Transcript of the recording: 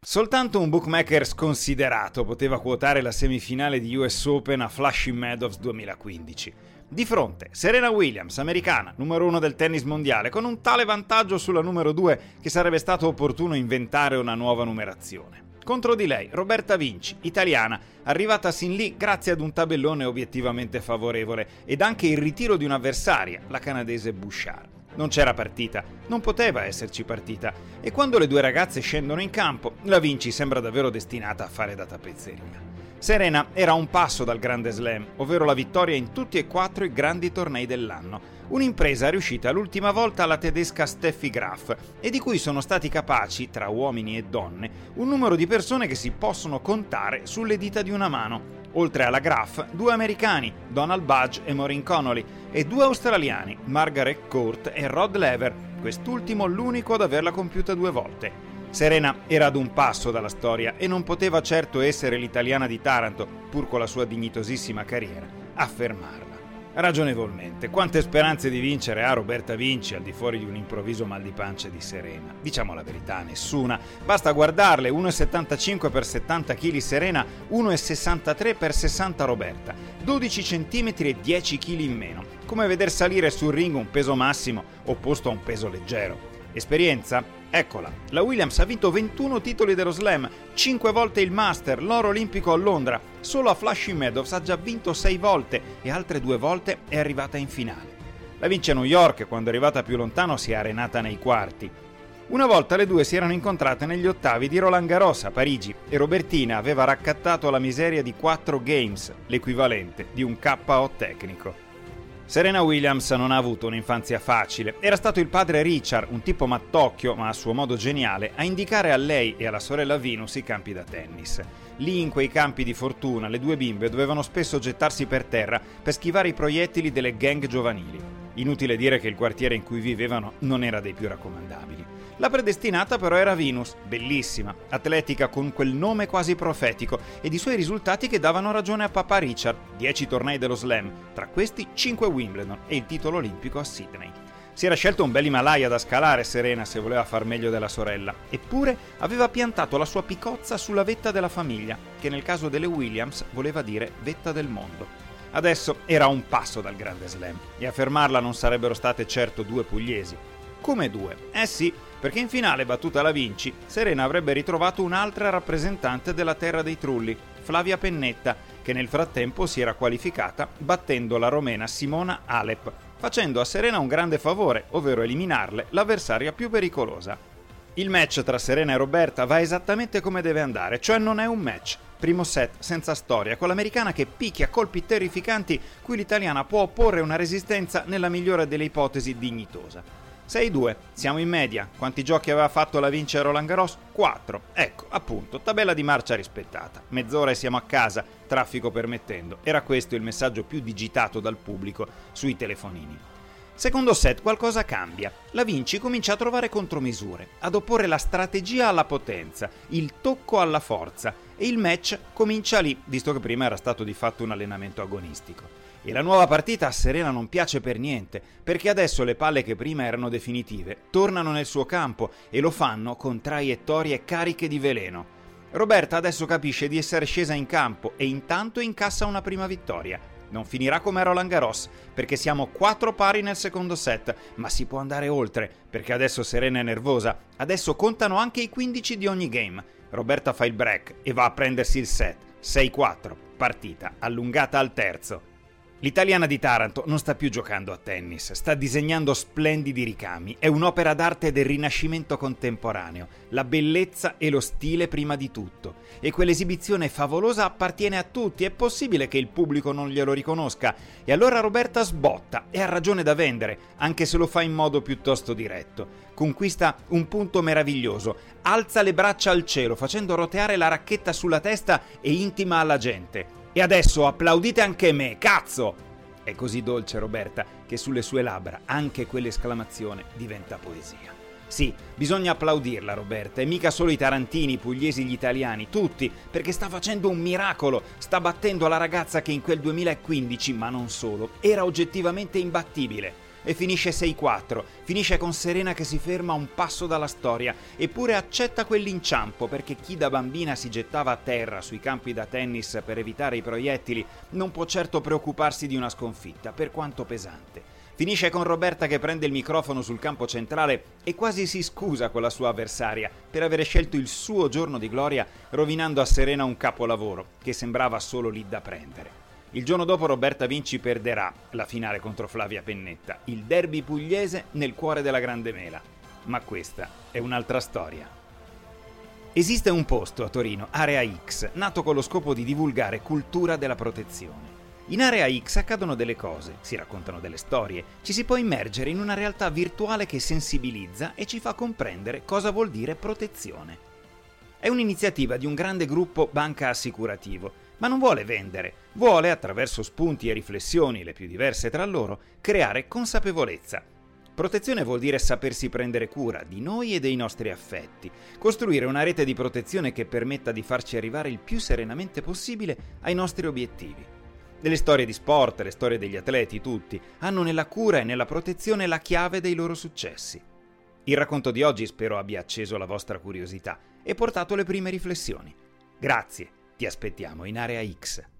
Soltanto un bookmaker sconsiderato poteva quotare la semifinale di US Open a Flushing Meadows 2015. Di fronte, Serena Williams, americana, numero 1 del tennis mondiale, con un tale vantaggio sulla numero 2 che sarebbe stato opportuno inventare una nuova numerazione. Contro di lei, Roberta Vinci, italiana, arrivata sin lì grazie ad un tabellone obiettivamente favorevole ed anche il ritiro di un'avversaria, la canadese Bouchard. Non c'era partita, non poteva esserci partita, e quando le due ragazze scendono in campo, la Vinci sembra davvero destinata a fare da tappezzeria. Serena era a un passo dal Grande Slam, ovvero la vittoria in tutti e 4 i grandi tornei dell'anno, un'impresa riuscita l'ultima volta alla tedesca Steffi Graf e di cui sono stati capaci, tra uomini e donne, un numero di persone che si possono contare sulle dita di una mano. Oltre alla Graf, 2 americani, Donald Budge e Maureen Connolly, e 2 australiani, Margaret Court e Rod Laver, quest'ultimo l'unico ad averla compiuta 2 volte. Serena era ad un passo dalla storia e non poteva certo essere l'italiana di Taranto, pur con la sua dignitosissima carriera, a fermarla. Ragionevolmente, quante speranze di vincere ha Roberta Vinci al di fuori di un improvviso mal di pancia di Serena? Diciamo la verità, nessuna. Basta guardarle, 1,75 per 70 kg Serena, 1,63 per 60 Roberta, 12 cm e 10 kg in meno, come veder salire sul ring un peso massimo opposto a un peso leggero. Esperienza? Eccola, la Williams ha vinto 21 titoli dello Slam, 5 volte il Master, l'oro olimpico a Londra, solo a Flushing Meadows ha già vinto 6 volte e altre 2 volte è arrivata in finale. La vince a New York e quando è arrivata più lontano si è arenata nei quarti. Una volta le due si erano incontrate negli ottavi di Roland Garros a Parigi e Robertina aveva raccattato la miseria di 4 games, l'equivalente di un KO tecnico. Serena Williams non ha avuto un'infanzia facile. Era stato il padre Richard, un tipo mattocchio ma a suo modo geniale, a indicare a lei e alla sorella Venus i campi da tennis. Lì in quei campi di fortuna le due bimbe dovevano spesso gettarsi per terra per schivare i proiettili delle gang giovanili. Inutile dire che il quartiere in cui vivevano non era dei più raccomandabili. La predestinata però era Venus, bellissima, atletica con quel nome quasi profetico e di suoi risultati che davano ragione a papà Richard, 10 tornei dello Slam, tra questi 5 Wimbledon e il titolo olimpico a Sydney. Si era scelto un bel Himalaya da scalare Serena se voleva far meglio della sorella, eppure aveva piantato la sua picozza sulla vetta della famiglia, che nel caso delle Williams voleva dire vetta del mondo. Adesso era a un passo dal Grande Slam e a fermarla non sarebbero state certo 2 pugliesi. Come 2? Sì, perché in finale, battuta la Vinci, Serena avrebbe ritrovato un'altra rappresentante della terra dei trulli, Flavia Pennetta, che nel frattempo si era qualificata battendo la romena Simona Halep, facendo a Serena un grande favore, ovvero eliminarle l'avversaria più pericolosa. Il match tra Serena e Roberta va esattamente come deve andare, cioè non è un match. Primo set senza storia, con l'americana che picchia colpi terrificanti cui l'italiana può opporre una resistenza nella migliore delle ipotesi dignitosa. 6-2, siamo in media. Quanti giochi aveva fatto la Vinci a Roland Garros? 4. Ecco, appunto, tabella di marcia rispettata. Mezz'ora e siamo a casa, traffico permettendo. Era questo il messaggio più digitato dal pubblico sui telefonini. Secondo set qualcosa cambia. La Vinci comincia a trovare contromisure, ad opporre la strategia alla potenza, il tocco alla forza e il match comincia lì, visto che prima era stato di fatto un allenamento agonistico. E la nuova partita a Serena non piace per niente, perché adesso le palle che prima erano definitive tornano nel suo campo e lo fanno con traiettorie cariche di veleno. Roberta adesso capisce di essere scesa in campo e intanto incassa una prima vittoria. Non finirà come a Roland Garros, perché siamo 4 pari nel secondo set, ma si può andare oltre, perché adesso Serena è nervosa. Adesso contano anche i 15 di ogni game. Roberta fa il break e va a prendersi il set. 6-4, partita allungata al terzo. L'italiana di Taranto non sta più giocando a tennis, sta disegnando splendidi ricami, è un'opera d'arte del Rinascimento contemporaneo, la bellezza e lo stile prima di tutto. E quell'esibizione favolosa appartiene a tutti, è possibile che il pubblico non glielo riconosca. E allora Roberta sbotta e ha ragione da vendere, anche se lo fa in modo piuttosto diretto. Conquista un punto meraviglioso, alza le braccia al cielo facendo roteare la racchetta sulla testa e intima alla gente. E adesso applaudite anche me, cazzo! È così dolce Roberta che sulle sue labbra anche quell'esclamazione diventa poesia. Sì, bisogna applaudirla Roberta, e mica solo i tarantini, i pugliesi, gli italiani, tutti, perché sta facendo un miracolo, sta battendo la ragazza che in quel 2015, ma non solo, era oggettivamente imbattibile. e finisce 6-4. Finisce con Serena che si ferma a un passo dalla storia, eppure accetta quell'inciampo perché chi da bambina si gettava a terra sui campi da tennis per evitare i proiettili non può certo preoccuparsi di una sconfitta, per quanto pesante. Finisce con Roberta che prende il microfono sul campo centrale e quasi si scusa con la sua avversaria per avere scelto il suo giorno di gloria, rovinando a Serena un capolavoro che sembrava solo lì da prendere. Il giorno dopo Roberta Vinci perderà la finale contro Flavia Pennetta, il derby pugliese nel cuore della Grande Mela. Ma questa è un'altra storia. Esiste un posto a Torino, Area X, nato con lo scopo di divulgare cultura della protezione. In Area X accadono delle cose, si raccontano delle storie, ci si può immergere in una realtà virtuale che sensibilizza e ci fa comprendere cosa vuol dire protezione. È un'iniziativa di un grande gruppo banca assicurativo, ma non vuole vendere, vuole, attraverso spunti e riflessioni, le più diverse tra loro, creare consapevolezza. Protezione vuol dire sapersi prendere cura di noi e dei nostri affetti, costruire una rete di protezione che permetta di farci arrivare il più serenamente possibile ai nostri obiettivi. Le storie di sport, le storie degli atleti, tutti, hanno nella cura e nella protezione la chiave dei loro successi. Il racconto di oggi spero abbia acceso la vostra curiosità e portato le prime riflessioni. Grazie, ti aspettiamo in Area X.